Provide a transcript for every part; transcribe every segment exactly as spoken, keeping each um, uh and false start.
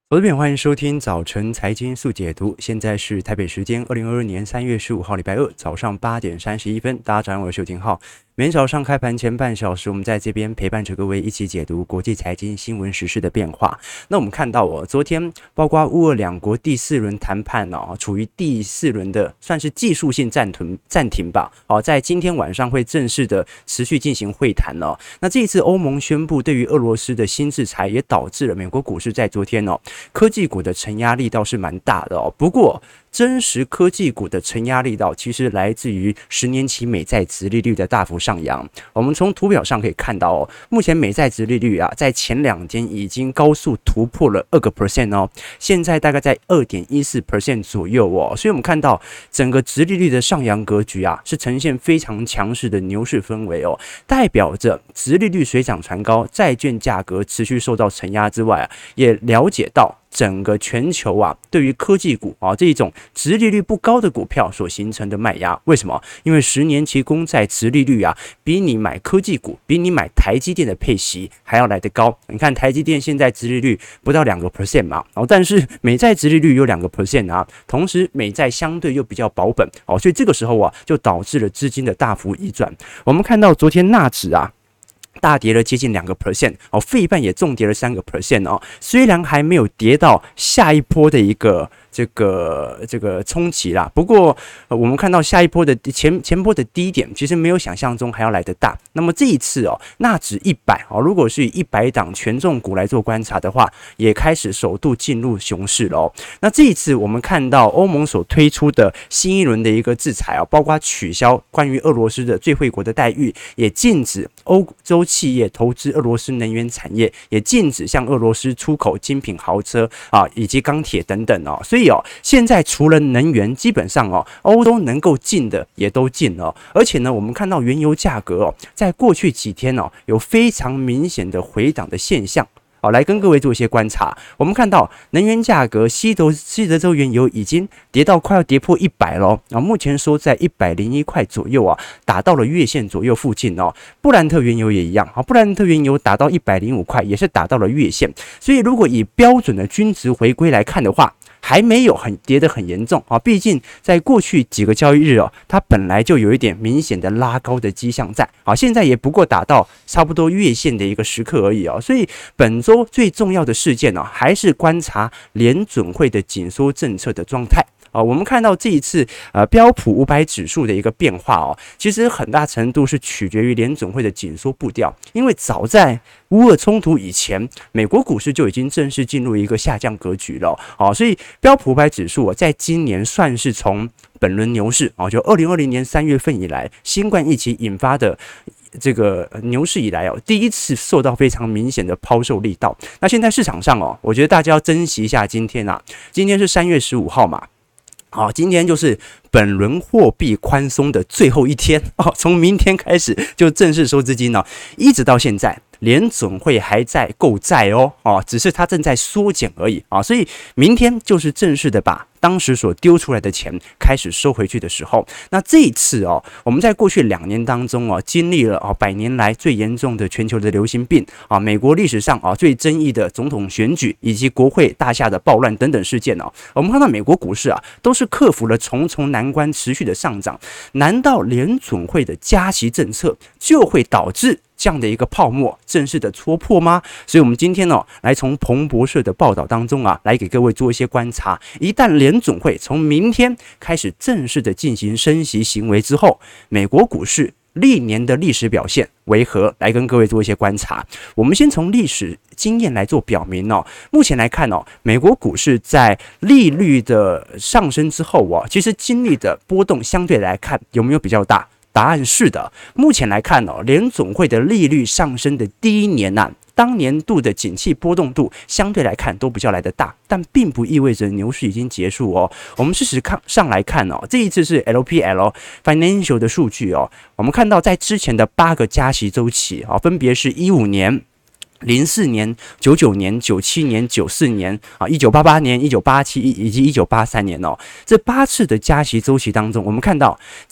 投资朋友，欢迎收听早晨财经速解读。现在是台北时间二零二二年三月十五号礼拜二早上八点三十一分。大家早上好，我是邱廷浩。每天早上开盘前半小时，我们在这边陪伴着各位一起解读国际财经新闻时事的变化。那我们看到哦，昨天包括乌俄两国第四轮谈判哦，处于第四轮的算是技术性暂停暂停吧。哦，在今天晚上会正式的持续进行会谈哦。那这一次欧盟宣布对于俄罗斯的新制裁，也导致了美国股市在昨天哦，科技股的承压力道是蛮大的哦。不过真实科技股的承压力道其实来自于十年期美债殖利率的大幅上扬。我们从图表上可以看到哦，目前美债殖利率啊，在前两天已经高速突破了二个 percent 哦，现在大概在二点一四 percent 左右哦。所以我们看到整个殖利率的上扬格局啊，是呈现非常强势的牛市氛围哦，代表着殖利率水涨船高，债券价格持续受到承压之外啊，也了解到整个全球啊，对于科技股啊这一种殖利率不高的股票所形成的卖压，为什么？因为十年期公债殖利率啊，比你买科技股，比你买台积电的配息还要来得高。你看台积电现在殖利率不到两个 percent 嘛，然后但是美债殖利率有两个 percent 啊，同时美债相对又比较保本哦，所以这个时候啊，就导致了资金的大幅移转。我们看到昨天纳指啊，大跌了接近两个 percent 哦，费半也重跌了三个 percent 哦。虽然还没有跌到下一波的一个这个这个冲击啦，不过、呃、我们看到下一波的前前波的低点，其实没有想象中还要来得大。那么这一次哦，纳指一百哦，如果是以一百档权重股来做观察的话，也开始首度进入熊市了哦。那这一次我们看到欧盟所推出的新一轮的一个制裁哦，包括取消关于俄罗斯的最惠国的待遇，也禁止欧洲企业投资俄罗斯能源产业，也禁止向俄罗斯出口精品豪车啊，以及钢铁等等哦。所以哦，现在除了能源，基本上哦，欧洲能够进的也都进了。而且呢，我们看到原油价格哦，在过去几天哦，有非常明显的回档的现象。好，来跟各位做一些观察。我们看到能源价格，西德西德州原油已经跌到快要跌破一百了啊，目前收在一百零一块左右啊，打到了月线左右附近哦。布兰特原油也一样啊，布兰特原油打到一百零五块，也是打到了月线。所以如果以标准的均值回归来看的话，还没有很跌得很严重啊，毕竟在过去几个交易日哦，它本来就有一点明显的拉高的迹象在啊，现在也不过打到差不多月线的一个时刻而已哦，所以本周最重要的事件呢、哦，还是观察联准会的紧缩政策的状态。啊，我们看到这一次呃标普五百指数的一个变化哦，其实很大程度是取决于联准会的紧缩步调，因为早在乌俄冲突以前，美国股市就已经正式进入一个下降格局了哦，所以标普五百指数、哦、在今年算是从本轮牛市哦，就二零二零年三月份以来，新冠疫情引发的这个牛市以来哦，第一次受到非常明显的抛售力道。那现在市场上哦，我觉得大家要珍惜一下今天啊，今天是三月十五号嘛。好，今天就是本轮货币宽松的最后一天哦，从明天开始就正式收资金了，一直到现在，联准会还在购债哦，哦，只是它正在缩减而已啊，所以明天就是正式的把当时所丢出来的钱开始收回去的时候。那这一次哦，我们在过去两年当中哦，经历了哦百年来最严重的全球的流行病啊，美国历史上啊最争议的总统选举以及国会大厦的暴乱等等事件哦，我们看到美国股市啊都是克服了重重难关，持续的上涨。难道联准会的加息政策就会导致这样的一个泡沫正式的戳破吗？所以我们今天呢、哦，来从彭博社的报道当中啊，来给各位做一些观察。一旦联准会从明天开始正式的进行升息行为之后，美国股市历年的历史表现为何？来跟各位做一些观察。我们先从历史经验来做表明哦。目前来看哦，美国股市在利率的上升之后哦，其实经历的波动相对来看有没有比较大？答案是的。目前来看哦，联总会的利率上升的第一年啊，当年度的景气波动度相对来看都比较来得大，但并不意味着牛市已经结束哦。我们事实上来看哦，这一次是 L P L Financial 的数据哦，我们看到在之前的八个加息周期啊、哦，分别是一五年。零四年、九九年、九七年、九四年啊，一九八八年、一九八七以及一九八三年哦，这八次的加息周期当中，我们看到在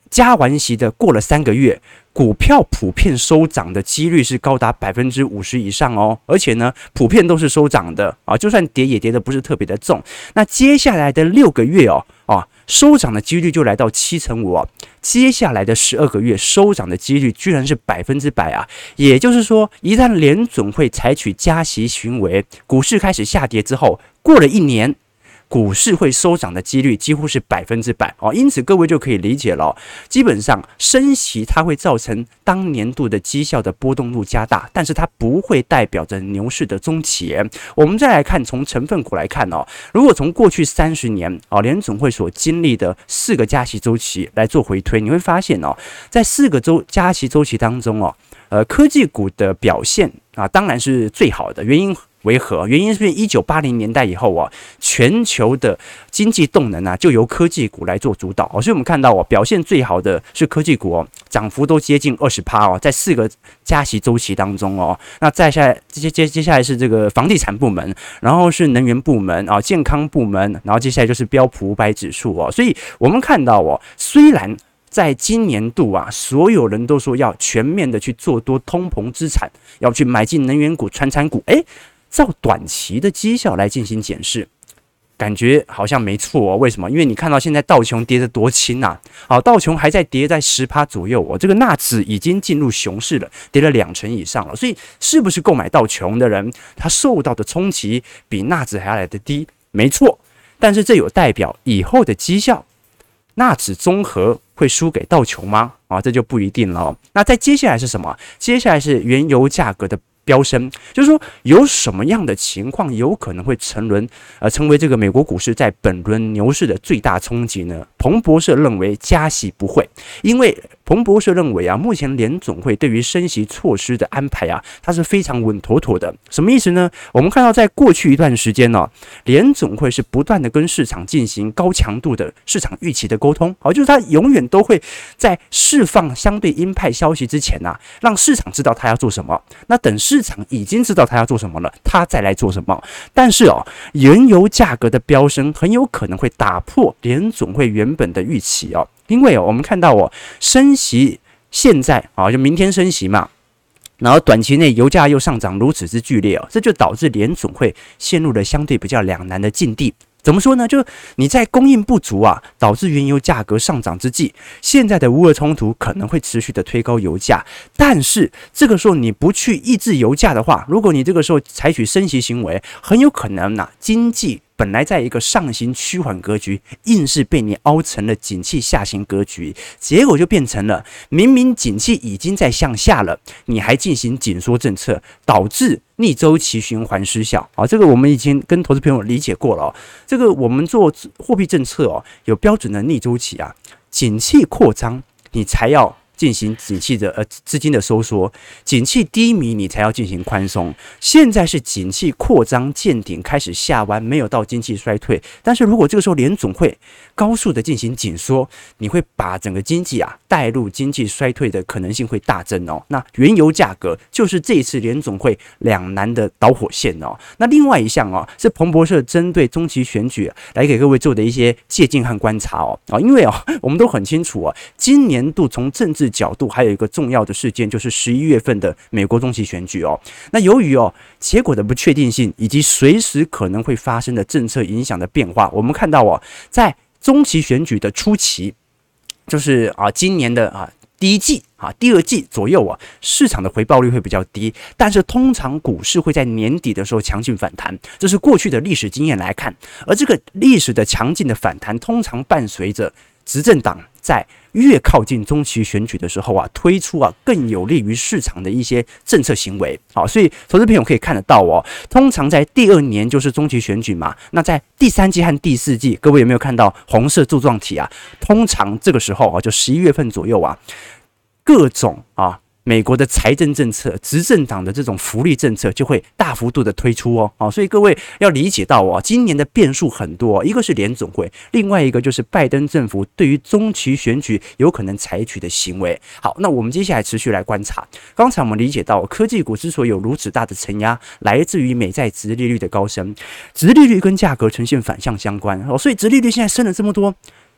加完息的过了三个月，股票普遍收涨的几率是高达百分之五十以上哦，而且呢，普遍都是收涨的啊，就算跌也跌的不是特别的重。那接下来的六个月哦，啊，收涨的几率就来到七成五哦。接下来的十二个月收涨的几率居然是百分之百啊！也就是说，一旦联准会采取加息行为，股市开始下跌之后，过了一年。股市会收涨的几率几乎是百分之百哦，因此各位就可以理解了、哦。基本上升息它会造成当年度的绩效的波动度加大，但是它不会代表着牛市的终结。我们再来看从成分股来看哦，如果从过去三十年哦联总会所经历的四个加息周期来做回推，你会发现哦，在四个周加息周期当中哦，呃科技股的表现啊当然是最好的，原因。为何？原因是因为一九八零年代以后啊，全球的经济动能啊，就由科技股来做主导哦。所以我们看到哦，表现最好的是科技股哦，涨幅都接近 百分之二十 哦，在四个加息周期当中哦。那再下来接接接下来是这个房地产部门，然后是能源部门啊、健康部门，然后接下来就是标普五百指数哦。所以我们看到哦，虽然在今年度啊，所有人都说要全面的去做多通膨资产，要去买进能源股、传产股，诶。照短期的绩效来进行检视，感觉好像没错哦。为什么？因为你看到现在道琼跌得多轻啊！好，道琼还在跌在 百分之十 左右哦。这个纳指已经进入熊市了，跌了两成以上了。所以，是不是购买道琼的人，他受到的冲击比纳指还要来得低？没错，但是这有代表以后的绩效，纳指综合会输给道琼吗？啊，这就不一定了哦。那再接下来是什么？接下来是原油价格的飙升，就是说有什么样的情况有可能会成轮呃成为这个美国股市在本轮牛市的最大冲击呢？彭博社认为加息不会，因为彭博社认为啊，目前联总会对于升息措施的安排啊，它是非常稳妥妥的。什么意思呢？我们看到在过去一段时间呢、哦，联总会是不断的跟市场进行高强度的市场预期的沟通，好，就是它永远都会在释放相对鹰派消息之前啊，让市场知道它要做什么。那等市场已经知道它要做什么了，它再来做什么。但是哦，原油价格的飙升很有可能会打破联总会原本的预期哦，因为哦，我们看到哦，升息现在啊，就明天升息嘛，然后短期内油价又上涨如此之剧烈哦，这就导致联总会陷入了相对比较两难的境地。怎么说呢？就你在供应不足啊，导致原油价格上涨之际，现在的乌俄冲突可能会持续的推高油价，但是这个时候你不去抑制油价的话，如果你这个时候采取升息行为，很有可能啊，经济本来在一个上行趋缓格局，硬是被你凹成了景气下行格局，结果就变成了明明景气已经在向下了，你还进行紧缩政策，导致逆周期循环失效。好，这个我们已经跟投资朋友理解过了哦。这个我们做货币政策哦，有标准的逆周期啊，景气扩张你才要进行景气的呃资金的收缩，景气低迷你才要进行宽松。现在是景气扩张见顶开始下弯，没有到经济衰退。但是如果这个时候联总会高速的进行紧缩，你会把整个经济啊带入经济衰退的可能性会大增哦。那原油价格就是这一次联总会两难的导火线哦。那另外一项哦，是彭博社针对中期选举来给各位做的一些借鉴和观察哦。啊，因为哦我们都很清楚哦，今年度从政治角度还有一个重要的事件，就是十一月份的美国中期选举哦。那由于哦结果的不确定性以及随时可能会发生的政策影响的变化，我们看到哦，在中期选举的初期，就是啊今年的啊第一季啊第二季左右啊，市场的回报率会比较低，但是通常股市会在年底的时候强劲反弹，这是过去的历史经验来看。而这个历史的强劲的反弹，通常伴随着执政党在越靠近中期选举的时候啊，推出啊更有利于市场的一些政策行为。好，所以投资朋友可以看得到哦，通常在第二年就是中期选举嘛，那在第三季和第四季，各位有没有看到红色柱状体啊？通常这个时候啊，就十一月份左右啊，各种啊。美国的财政政策、执政党的这种福利政策就会大幅度的推出哦，好，所以各位要理解到哦，今年的变数很多，一个是联总会，另外一个就是拜登政府对于中期选举有可能采取的行为。好，那我们接下来持续来观察。刚才我们理解到，科技股之所以有如此大的承压，来自于美债殖利率的高升，殖利率跟价格呈现反向相关哦，所以殖利率现在升了这么多。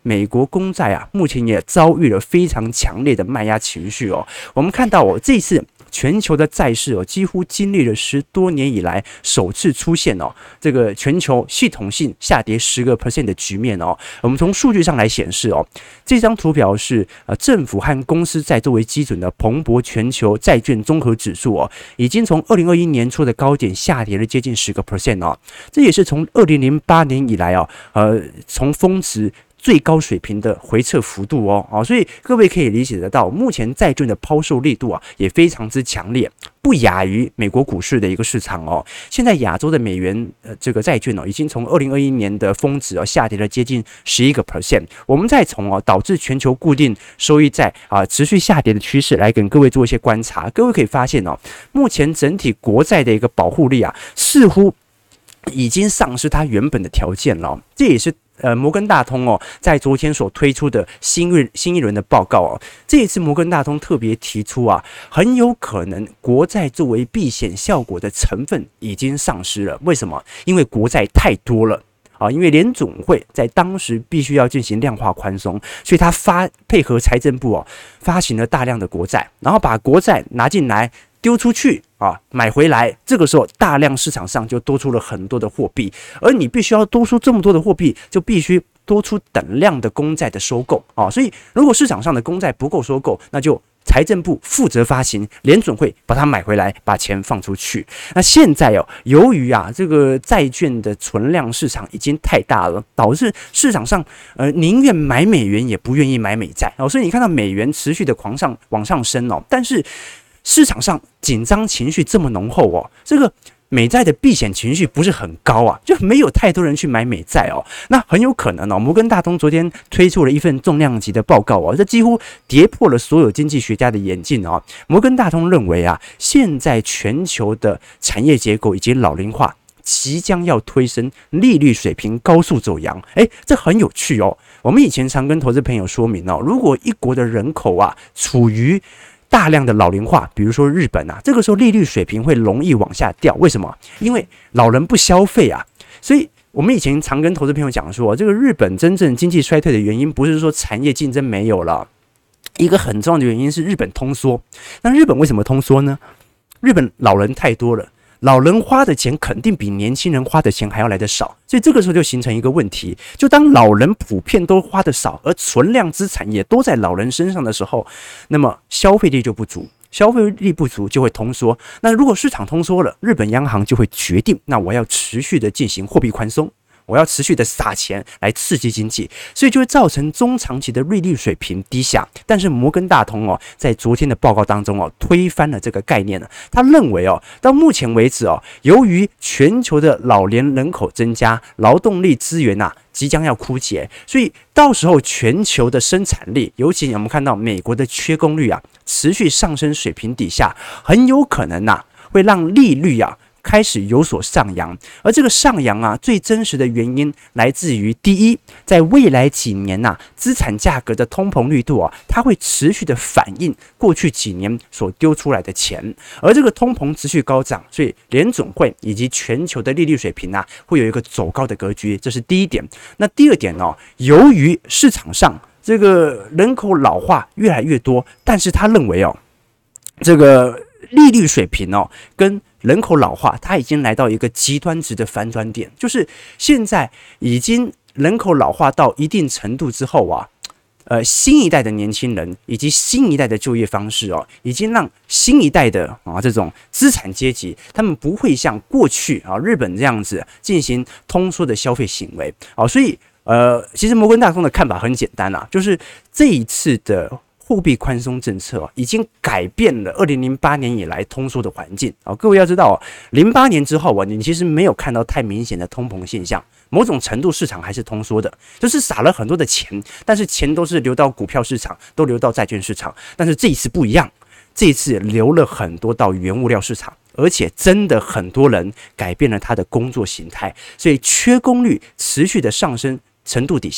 美国公债啊，目前也遭遇了非常强烈的卖压情绪哦。我们看到哦，这次全球的债市哦，几乎经历了十多年以来首次出现哦，这个全球系统性下跌十个 percent 的局面哦。我们从数据上来显示哦，这张图表是呃政府和公司债作为基准的彭博全球债券综合指数哦，已经从二零二一年初的高点下跌了接近十个 percent 哦，这也是从二零零八年以来哦，呃，从峰值最高水平的回撤幅度哦，啊，所以各位可以理解得到，目前债券的抛售力度啊也非常之强烈，不亚于美国股市的一个市场哦。现在亚洲的美元呃这个债券哦，已经从二零二一年的峰值哦下跌了接近十一个 percent。我们再从哦导致全球固定收益债啊持续下跌的趋势来跟各位做一些观察，各位可以发现哦，目前整体国债的一个保护力啊，似乎已经丧失它原本的条件了，这也是。呃，摩根大通哦，在昨天所推出的新一新一轮的报告哦，这一次摩根大通特别提出啊，很有可能国债作为避险效果的成分已经丧失了。为什么？因为国债太多了。啊，因为联总会在当时必须要进行量化宽松，所以他发配合财政部哦，发行了大量的国债，然后把国债拿进来丢出去啊，买回来。这个时候，大量市场上就多出了很多的货币，而你必须要多出这么多的货币，就必须多出等量的公债的收购啊。所以，如果市场上的公债不够收购，那就财政部负责发行，联准会把它买回来，把钱放出去。那现在哦，由于啊这个债券的存量市场已经太大了，导致市场上呃宁愿买美元也不愿意买美债哦，所以你看到美元持续的狂上往上升哦，但是市场上紧张情绪这么浓厚哦，这个美债的避险情绪不是很高啊，就没有太多人去买美债哦。那很有可能哦，摩根大通昨天推出了一份重量级的报告哦，这几乎跌破了所有经济学家的眼镜哦。摩根大通认为啊，现在全球的产业结构已经老龄化，即将要推升利率水平高速走扬。诶，这很有趣哦。我们以前常跟投资朋友说明哦，如果一国的人口啊处于大量的老龄化，比如说日本啊，这个时候利率水平会容易往下掉。为什么？因为老人不消费啊。所以我们以前常跟投资朋友讲说，这个日本真正经济衰退的原因，不是说产业竞争没有了，一个很重要的原因是日本通缩。那日本为什么通缩呢？日本老人太多了。老人花的钱肯定比年轻人花的钱还要来得少，所以这个时候就形成一个问题，就当老人普遍都花的少，而存量资产也都在老人身上的时候，那么消费力就不足，消费力不足就会通缩。那如果市场通缩了，日本央行就会决定，那我要持续的进行货币宽松。我要持续的撒钱来刺激经济，所以就会造成中长期的利率水平低下。但是摩根大通哦，在昨天的报告当中哦，推翻了这个概念了。他认为哦，到目前为止哦，由于全球的老年人口增加，劳动力资源啊即将要枯竭，所以到时候全球的生产力，尤其我们看到美国的缺工率啊持续上升水平底下，很有可能啊会让利率啊开始有所上扬，而这个上扬啊，最真实的原因来自于第一，在未来几年呐、啊，资产价格的通膨率度啊，它会持续的反映过去几年所丢出来的钱，而这个通膨持续高涨，所以联总会以及全球的利率水平啊，会有一个走高的格局，这是第一点。那第二点哦，由于市场上这个人口老化越来越多，但是他认为哦，这个利率水平哦，跟人口老化，它已经来到一个极端值的反转点，就是现在已经人口老化到一定程度之后啊，呃，新一代的年轻人以及新一代的就业方式哦，已经让新一代的啊这种资产阶级，他们不会像过去啊日本这样子进行通缩的消费行为啊，所以呃，其实摩根大通的看法很简单啊，就是这一次的货币宽松政策已经改变了二零零八年以来通缩的环境啊！各位要知道，零八年之后啊，你其实没有看到太明显的通膨现象，某种程度市场还是通缩的，就是撒了很多的钱，但是钱都是流到股票市场，都流到债券市场。但是这一次不一样，这一次流了很多到原物料市场，而且真的很多人改变了他的工作形态，所以缺工率持续的上升程度底下，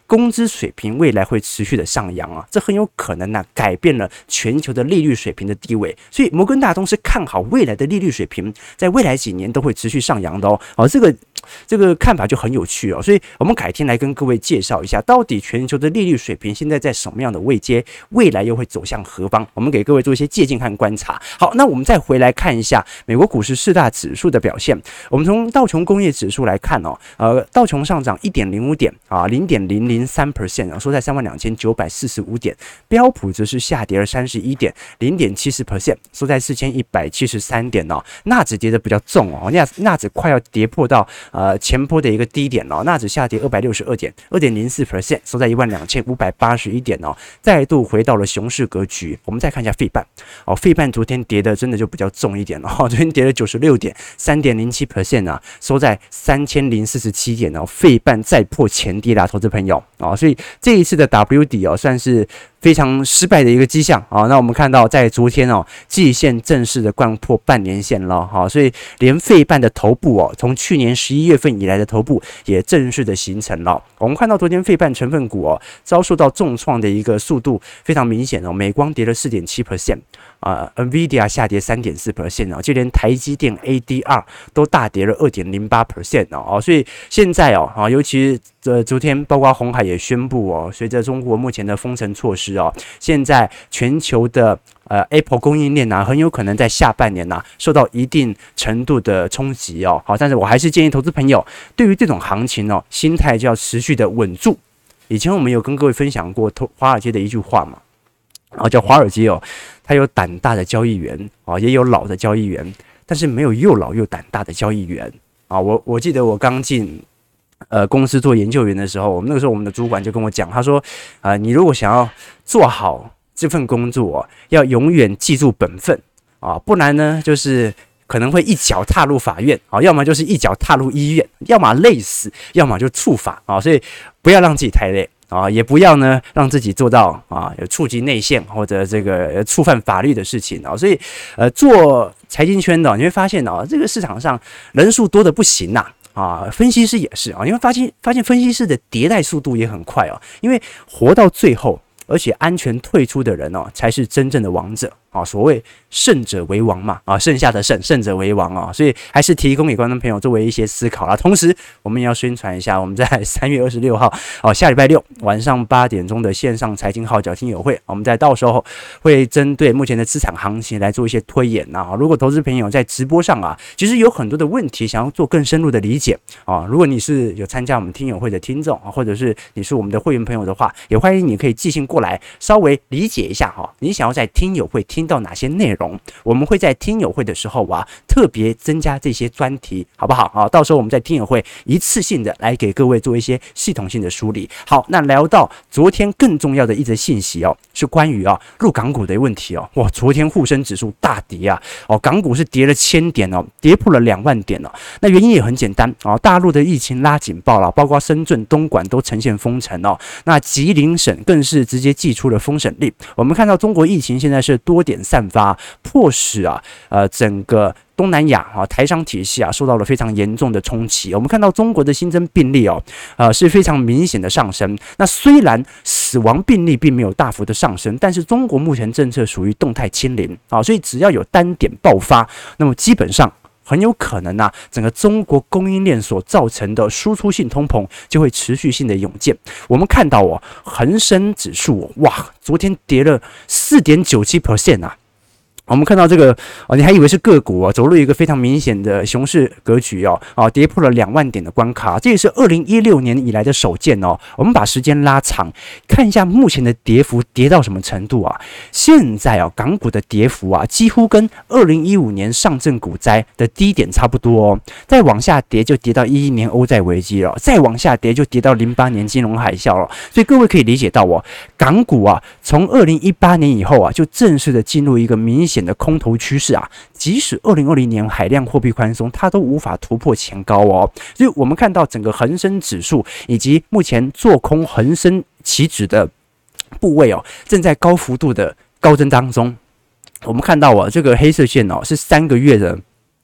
工资水平未来会持续的上扬啊，这很有可能呢、啊、改变了全球的利率水平的地位。所以摩根大通是看好未来的利率水平，在未来几年都会持续上扬的哦。哦，这个这个看法就很有趣哦。所以我们改天来跟各位介绍一下，到底全球的利率水平现在在什么样的位阶，未来又会走向何方？我们给各位做一些借鉴和观察。好，那我们再回来看一下美国股市四大指数的表现。我们从道琼工业指数来看哦，呃，道琼上涨 一点零五 点啊 ，零点零零三 percent 啊，收在三万两千九百四十五点。标普则是下跌了三十一点，零点七四 percent， 收在四千一百七十三点哦。纳指跌得比较重哦，纳纳指快要跌破到呃前波的一个低点哦，纳指下跌二百六十二点， 二点零四 percent， 收在一万两千五百八十一点哦，再度回到了熊市格局。我们再看一下费半哦，费半昨天跌的真的就比较重一点哦，昨天跌了九十六点， 三点零七 percent 啊，收在三千零四十七点哦，费半再破前低啦，投资朋友哦，所以这一次的 W 底哦，算是非常失败的一个迹象啊。那我们看到在昨天哦，季线正式的掼破半年线了哈，所以连费半的头部哦，从去年十一月份以来的头部也正式的形成了。我们看到昨天费半成分股哦，遭受到重创的一个速度非常明显哦，美光跌了 四点七 percent。啊 ，NVIDIA 下跌 三点四 percent 哦，就连台积电 A D R 都大跌了 二点零八 percent 哦，所以现在哦，啊，尤其呃昨天包括鸿海也宣布哦，随着中国目前的封城措施哦，现在全球的呃 Apple 供应链啊，很有可能在下半年呐、啊、受到一定程度的冲击哦。好，但是我还是建议投资朋友，对于这种行情哦，心态就要持续的稳住。以前我们有跟各位分享过华尔街的一句话嘛。啊，叫华尔街哦，它有胆大的交易员啊，也有老的交易员，但是没有又老又胆大的交易员啊。我我记得我刚进呃公司做研究员的时候，我们那个时候我们的主管就跟我讲，他说啊、呃，你如果想要做好这份工作、哦，要永远记住本分啊，不然呢就是可能会一脚踏入法院啊，要么就是一脚踏入医院，要么累死，要么就触法啊，所以不要让自己太累。啊，也不要呢让自己做到啊有触及内线或者这个触犯法律的事情啊，所以呃做财经圈的你会发现啊，这个市场上人数多的不行呐啊，分析师也是啊，你会发现发现分析师的迭代速度也很快啊，因为活到最后而且安全退出的人哦，才是真正的王者啊！所谓胜者为王嘛啊，剩下的胜，胜者为王啊！所以还是提供给观众朋友作为一些思考啦。同时，我们也要宣传一下，我们在三月二十六号哦，下礼拜六晚上八点钟的线上财经号角听友会，我们在到时候会针对目前的资产行情来做一些推演呐。如果投资朋友在直播上啊，其实有很多的问题想要做更深入的理解啊，如果你是有参加我们听友会的听众啊，或者是你是我们的会员朋友的话，也欢迎你可以寄信过来，稍微理解一下哈，你想要在听友会听到哪些内容？我们会在听友会的时候啊，特别增加这些专题，好不好啊？到时候我们在听友会一次性的来给各位做一些系统性的梳理。好，那聊到昨天更重要的一则信息哦，是关于啊入港股的问题哦。哇，昨天沪深指数大跌啊，哦，港股是跌了千点哦，跌破了两万点哦。那原因也很简单哦，大陆的疫情拉警报了，包括深圳、东莞都呈现封城哦。那吉林省更是直接祭出了封省令。我们看到中国疫情现在是多点散发，迫使啊呃整个东南亚啊台商体系啊受到了非常严重的冲击。我们看到中国的新增病例哦，呃是非常明显的上升。那虽然死亡病例并没有大幅的上升，但是中国目前政策属于动态清零啊，所以只要有单点爆发，那么基本上很有可能啊，整个中国供应链所造成的输出性通膨就会持续性的涌现。我们看到哦，恒生指数、哦、哇，昨天跌了 四点九七 percent 啊。我们看到这个哦，你还以为是个股啊，走入一个非常明显的熊市格局哦，啊，跌破了两万点的关卡，这也是二零一六年以来的首见哦。我们把时间拉长，看一下目前的跌幅跌到什么程度啊？现在啊，港股的跌幅啊，几乎跟二零一五年上证股灾的低点差不多哦。再往下跌就跌到一一年欧债危机了，再往下跌就跌到零八年金融海啸了。所以各位可以理解到哦，港股啊，从二零一八年以后啊，就正式的进入一个明显显的空头趋势啊，即使二零二零年海量货币宽松，它都无法突破前高哦。所以我们看到整个恒生指数以及目前做空恒生期指的部位哦，正在高幅度的高增当中。我们看到啊，这个黑色线哦是三个月的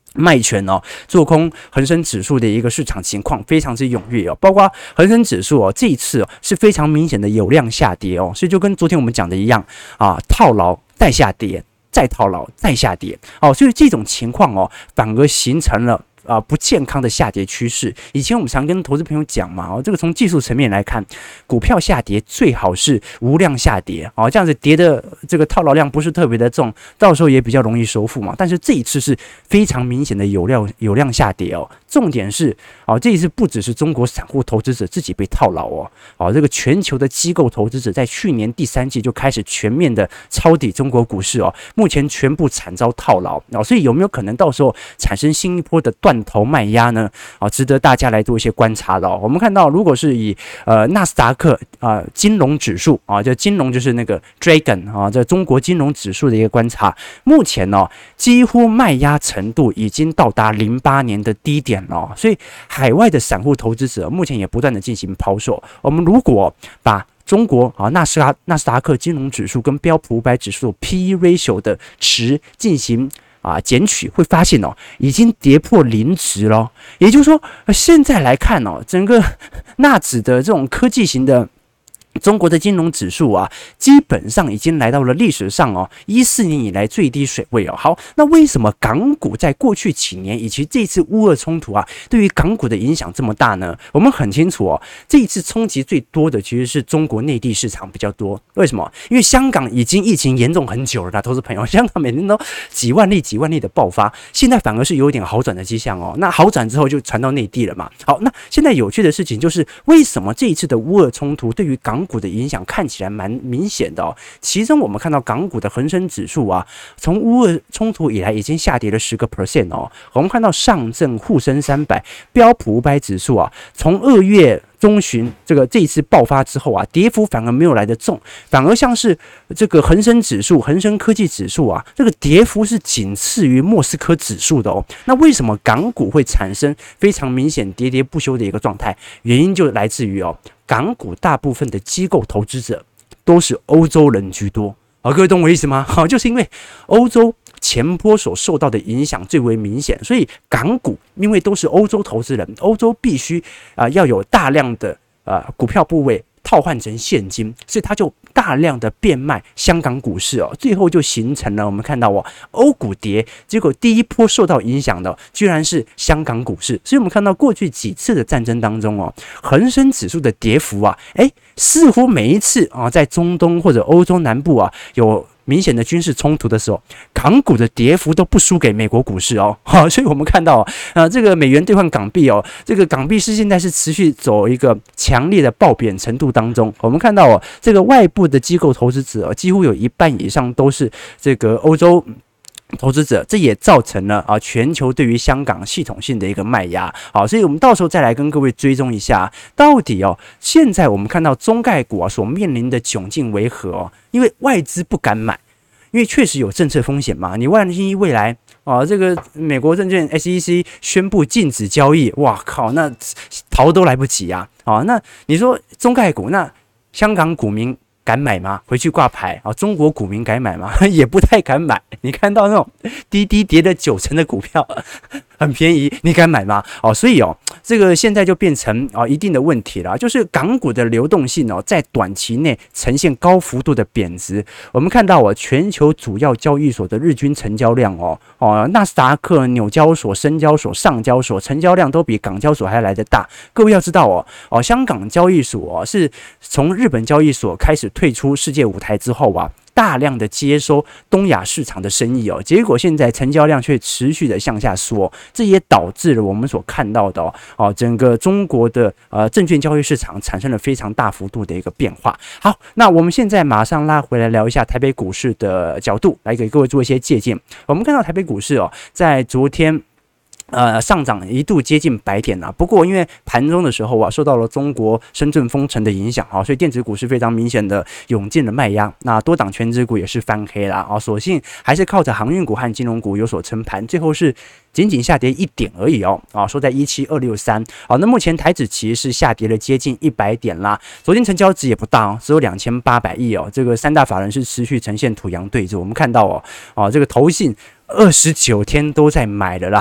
卖权哦，做空恒生指数的一个市场情况非常之踊跃哦，包括恒生指数哦，这一次哦是非常明显的有量下跌哦，所以就跟昨天我们讲的一样啊，套牢再下跌，再套牢再下跌哦，所以这种情况哦，反而形成了啊、呃、不健康的下跌趋势。以前我们常跟投资朋友讲嘛，哦，这个从技术层面来看，股票下跌最好是无量下跌哦，这样子跌的这个套牢量不是特别的重，到时候也比较容易收复嘛。但是这一次是非常明显的有量有量下跌哦，重点是哦，这一次不只是中国散户投资者自己被套牢哦，哦，这个全球的机构投资者在去年第三季就开始全面的抄底中国股市哦，目前全部惨遭套牢哦，所以有没有可能到时候产生新一波的断头卖压呢？啊、哦，值得大家来做一些观察的哦。我们看到，如果是以呃纳斯达克啊、呃、金融指数啊，这金融就是那个 Dragon 啊，这中国金融指数的一个观察，目前哦几乎卖压程度已经到达零八年的低点了、哦，所以海外的散户投资者目前也不断的进行抛售。我们如果把中国啊纳斯达纳斯达克金融指数跟标普五百指数 P E ratio 的值进行啊减取，会发现哦，已经跌破零值了。也就是说，现在来看哦，整个纳指的这种科技型的中国的金融指数啊，基本上已经来到了历史上哦一四年以来最低水位哦。好，那为什么港股在过去几年以及这次乌俄冲突啊，对于港股的影响这么大呢？我们很清楚哦，这一次冲击最多的其实是中国内地市场比较多。为什么？因为香港已经疫情严重很久了啦，投资朋友，香港每天都几万例、几万例的爆发，现在反而是有一点好转的迹象哦。那好转之后就传到内地了嘛。好，那现在有趣的事情就是，为什么这一次的乌俄冲突对于港股的影响看起来蛮明显的哦？其中我们看到港股的恒生指数啊，从乌俄冲突以来已经下跌了十个 percent 哦。我们看到上证、沪深三百、标普五百指数啊，从二月中旬这个这一次爆发之后啊，跌幅反而没有来得重，反而像是这个恒生指数、恒生科技指数啊，这个跌幅是仅次于莫斯科指数的哦。那为什么港股会产生非常明显喋喋不休的一个状态？原因就来自于哦，港股大部分的机构投资者都是欧洲人居多。好，各位懂我意思吗？好，就是因为欧洲前波所受到的影响最为明显，所以港股因为都是欧洲投资人，欧洲必须啊、呃、要有大量的呃股票部位套换成现金，所以它就大量的变卖香港股市哦，最后就形成了我们看到哦，欧股跌，结果第一波受到影响的居然是香港股市，所以我们看到过去几次的战争当中哦，恒生指数的跌幅啊，诶，似乎每一次啊在中东或者欧洲南部啊有明显的军事冲突的时候，港股的跌幅都不输给美国股市哦，好，所以我们看到啊、呃，这个美元兑换港币哦，这个港币是现在是持续走一个强烈的暴贬程度当中。我们看到哦，这个外部的机构投资者、哦、几乎有一半以上都是这个欧洲投资者，这也造成了啊全球对于香港系统性的一个卖压。好，所以我们到时候再来跟各位追踪一下，到底哦，现在我们看到中概股啊所面临的窘境为何哦？因为外资不敢买，因为确实有政策风险嘛。你万一未来啊，这个美国证券 S E C 宣布禁止交易，哇靠，那逃都来不及啊！啊，那你说中概股，那香港股民敢买吗？回去挂牌啊！中国股民敢买吗？也不太敢买。你看到那种滴滴跌了九成的股票，很便宜，你敢买吗？哦，所以哦，这个现在就变成啊、哦、一定的问题了，就是港股的流动性哦，在短期内呈现高幅度的贬值。我们看到哦，全球主要交易所的日均成交量哦哦，纳斯达克、纽交所、深交所、上交所成交量都比港交所还来得大。各位要知道哦哦，香港交易所、哦、是从日本交易所开始退出世界舞台之后啊，大量的接收东亚市场的生意哦，结果现在成交量却持续的向下缩，这也导致了我们所看到的哦，哦整个中国的呃证券交易市场产生了非常大幅度的一个变化。好，那我们现在马上拉回来聊一下台北股市的角度，来给各位做一些借鉴。我们看到台北股市哦，在昨天呃，上涨一度接近百点啊，不过因为盘中的时候啊，受到了中国深圳封城的影响啊，所以电子股是非常明显的涌进了卖压。那多档权值股也是翻黑啦啊，所幸还是靠着航运股和金融股有所撑盘，最后是仅仅下跌一点而已哦啊，收在一七二六三。好，那目前台指期是下跌了接近一百点啦，昨天成交值也不大哦，只有两千八百亿哦。这个三大法人是持续呈现土洋对峙，我们看到哦，哦这个投信二十九天都在买的啦。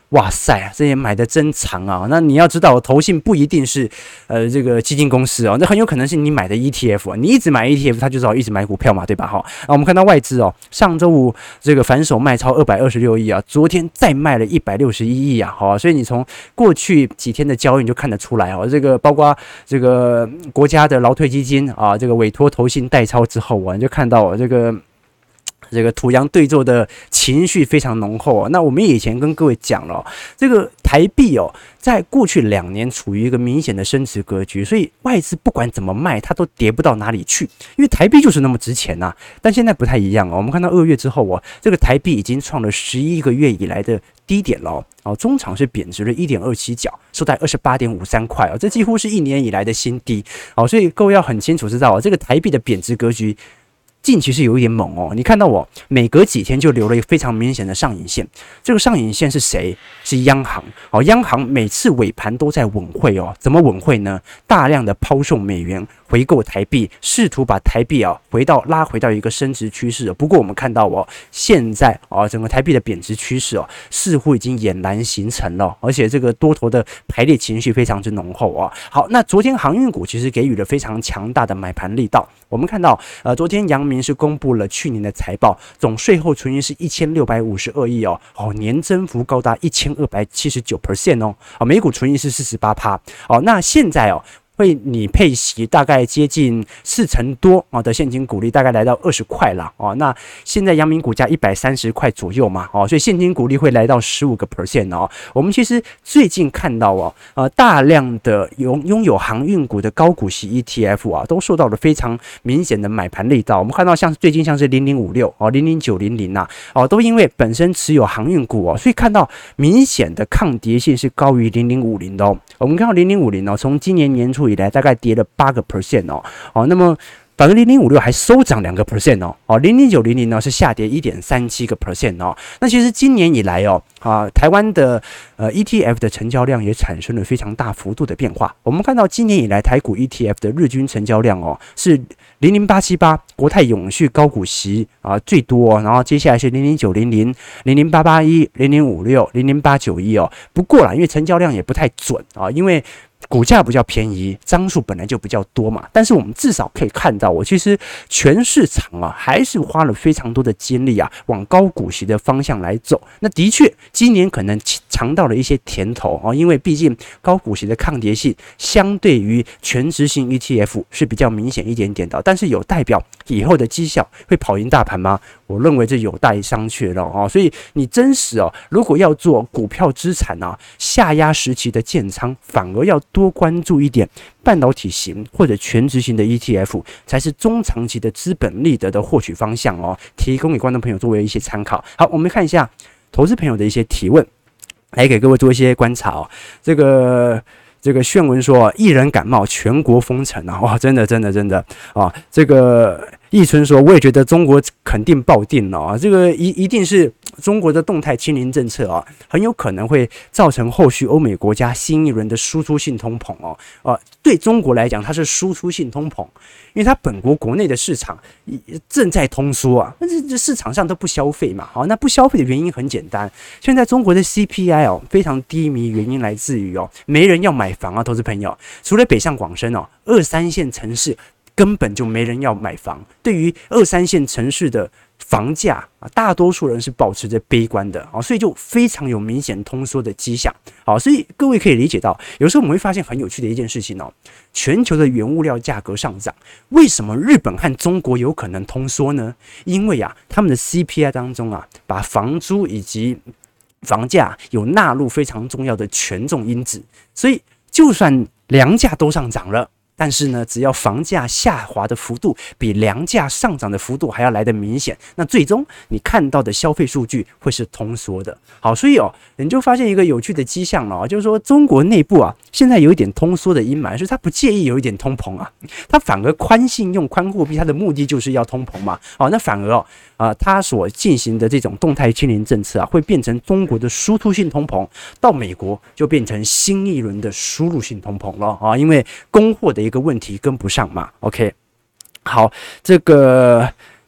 哇塞，这也买的真长啊！那你要知道，投信不一定是呃这个基金公司哦，那很有可能是你买的 E T F 啊，你一直买 E T F， 它就只好一直买股票嘛，对吧？哈，啊，我们看到外资哦，上周五这个反手卖超二百二十六亿啊，昨天再卖了一百六十一亿啊，好，所以你从过去几天的交易你就看得出来哦，这个包括这个国家的劳退基金啊，这个委托投信代操之后啊，你就看到哦这个。这个土洋对坐的情绪非常浓厚、哦、那我们以前跟各位讲了、哦，这个台币哦，在过去两年处于一个明显的升值格局，所以外资不管怎么卖，它都跌不到哪里去，因为台币就是那么值钱呐、啊。但现在不太一样哦，我们看到二月之后哦，这个台币已经创了十一个月以来的低点了哦，哦中场是贬值了 一点二七角，收在二十八点五三块哦，这几乎是一年以来的新低哦，所以各位要很清楚知道哦，这个台币的贬值格局。近期是有一点猛哦，你看到我每隔几天就留了一个非常明显的上影线，这个上影线是谁？是央行哦，央行每次尾盘都在稳汇哦，怎么稳汇呢？大量的抛售美元，回购台币，试图把台币啊回到拉回到一个升值趋势。不过我们看到哦，现在啊整个台币的贬值趋势哦，似乎已经俨然形成了，而且这个多头的排列情绪非常之浓厚啊。好，那昨天航运股其实给予了非常强大的买盘力道，我们看到呃昨天阳明是公布了去年的财报，总税后纯益是一千六百五十二亿哦，哦年增幅高达一千二百七十九 percent 哦，哦每股纯益是四十八趴哦，那现在哦。会拟配息大概接近四成多啊的现金股利，大概来到二十块了哦。那现在阳明股价一百三十块左右嘛哦，所以现金股利会来到十五个 percent 哦。我们其实最近看到哦，呃大量的拥拥有航运股的高股息 E T F 啊，都受到了非常明显的买盘力道。我们看到像最近像是零零五六哦、零零九零零呐哦，都因为本身持有航运股哦，所以看到明显的抗跌性是高于零零五零的哦。我们看到零零五零哦，从今年年初以来大概跌了八个 percent 哦，哦，那么反正零零五六还收涨两个 percent 哦，哦，零零九零零呢是下跌一点三七个 percent 哦。那其实今年以来哦，啊，台湾的呃 E T F 的成交量也产生了非常大幅度的变化。我们看到今年以来台股 E T F 的日均成交量哦是零零八七八国泰永续高股息啊最多、哦，然后接下来是零零九零零、零零八八一、零零五六、零零八九一哦。不过啦，因为成交量也不太准啊，因为股价比较便宜，张数本来就比较多嘛，但是我们至少可以看到，我其实全市场啊还是花了非常多的精力啊，往高股息的方向来走。那的确，今年可能尝到了一些甜头啊，因为毕竟高股息的抗跌性相对于全值型 E T F 是比较明显一点点的，但是有代表以后的绩效会跑赢大盘吗？我认为这有待商榷了啊。所以你真实哦，如果要做股票资产啊下压时期的建仓，反而要多关注一点半导体型或者全值型的 E T F， 才是中长期的资本利得的获取方向哦。提供给观众朋友作为一些参考。好，我们看一下投资朋友的一些提问，来给各位做一些观察哦。这个。这个炫文说，一人感冒，全国封城啊！哇，真的，真的，真的啊！这个易春说，我也觉得中国肯定爆定了啊！这个一一定是中国的动态清零政策啊，很有可能会造成后续欧美国家新一轮的输出性通膨哦。啊，对中国来讲，它是输出性通膨，因为它本国国内的市场正在通缩啊，但是这市场上都不消费嘛。好，那不消费的原因很简单，现在中国的 C P I 哦非常低迷，原因来自于哦没人要买房啊，投资朋友，除了北上广深哦，二三线城市根本就没人要买房。对于二三线城市的房价啊，大多数人是保持着悲观的啊，所以就非常有明显通缩的迹象。好，所以各位可以理解到，有时候我们会发现很有趣的一件事情哦，全球的原物料价格上涨，为什么日本和中国有可能通缩呢？因为啊，他们的 C P I 当中啊，把房租以及房价有纳入非常重要的权重因子，所以就算粮价都上涨了，但是呢，只要房价下滑的幅度比粮价上涨的幅度还要来得明显，那最终你看到的消费数据会是通缩的。好，所以哦，你就发现一个有趣的迹象了、哦，就是说中国内部啊，现在有一点通缩的阴霾，所以他不介意有一点通膨啊，他反而宽信用、宽货币，他的目的就是要通膨嘛。好，那反而哦，啊、呃，他所进行的这种动态清零政策啊，会变成中国的输出性通膨，到美国就变成新一轮的输入性通膨了啊，因为供货的一个问题跟不上嘛。OK， 好，这个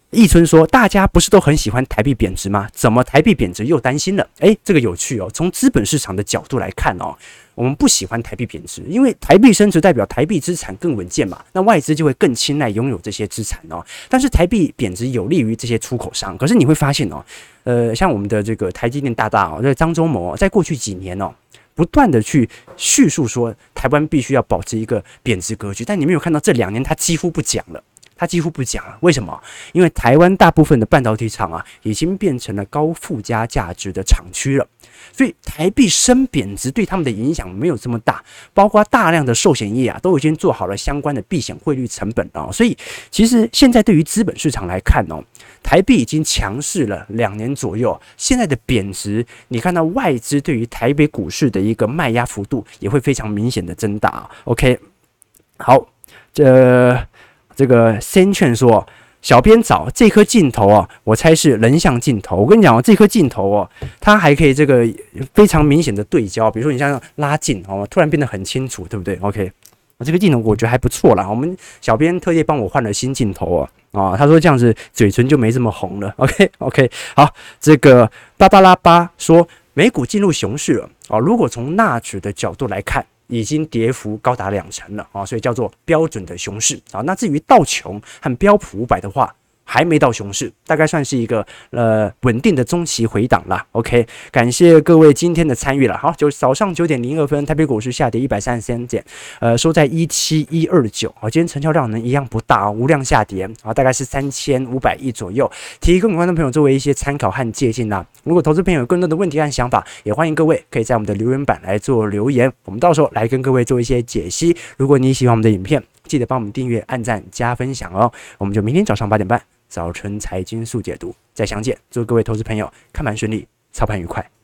易春说：“大家不是都很喜欢台币贬值吗？怎么台币贬值又担心了？”哎，这个有趣哦。从资本市场的角度来看哦，我们不喜欢台币贬值，因为台币升值代表台币资产更稳健嘛，那外资就会更青睐拥有这些资产哦。但是台币贬值有利于这些出口商，可是你会发现哦，呃，像我们的这个台积电大大哦，这个张忠谋、哦、在过去几年哦。不断的去叙述说，台湾必须要保持一个贬值格局，但你没有看到这两年他几乎不讲了。他几乎不讲了，为什么？因为台湾大部分的半导体厂啊，已经变成了高附加价值的厂区了，所以台币升贬值对他们的影响没有这么大。包括大量的寿险业啊，都已经做好了相关的避险汇率成本哦。所以其实现在对于资本市场来看哦，台币已经强势了两年左右，现在的贬值，你看到外资对于台北股市的一个卖压幅度也会非常明显的增大。OK， 好，这。这个先劝说，小编找这颗镜头啊，我猜是人像镜头。我跟你讲哦，这颗镜头哦，它还可以这个非常明显的对焦，比如说你像拉近哦，突然变得很清楚，对不对 ？OK， 这个镜头我觉得还不错啦。我们小编特地帮我换了新镜头哦，啊，他说这样子嘴唇就没这么红了。OK OK， 好，这个芭芭拉巴说美股进入熊市了啊。如果从纳指的角度来看，已经跌幅高达两成了啊，所以叫做标准的熊市啊。那至于道琼和标普五百的话，还没到熊市，大概算是一个呃稳定的中期回档啦。OK， 感谢各位今天的参与了。好，就早上九点零二分，台北股市下跌一百三十三点，呃，收在一七一二九。啊，今天成交量呢一样不大，无量下跌啊，大概是三千五百亿左右，提供观众朋友作为一些参考和借鉴啦。如果投资朋友有更多的问题和想法，也欢迎各位可以在我们的留言板来做留言，我们到时候来跟各位做一些解析。如果你喜欢我们的影片，记得帮我们订阅、按赞、加分享哦。我们就明天早上八点半。早晨财经速解读，再相见。祝各位投资朋友看盘顺利，操盘愉快。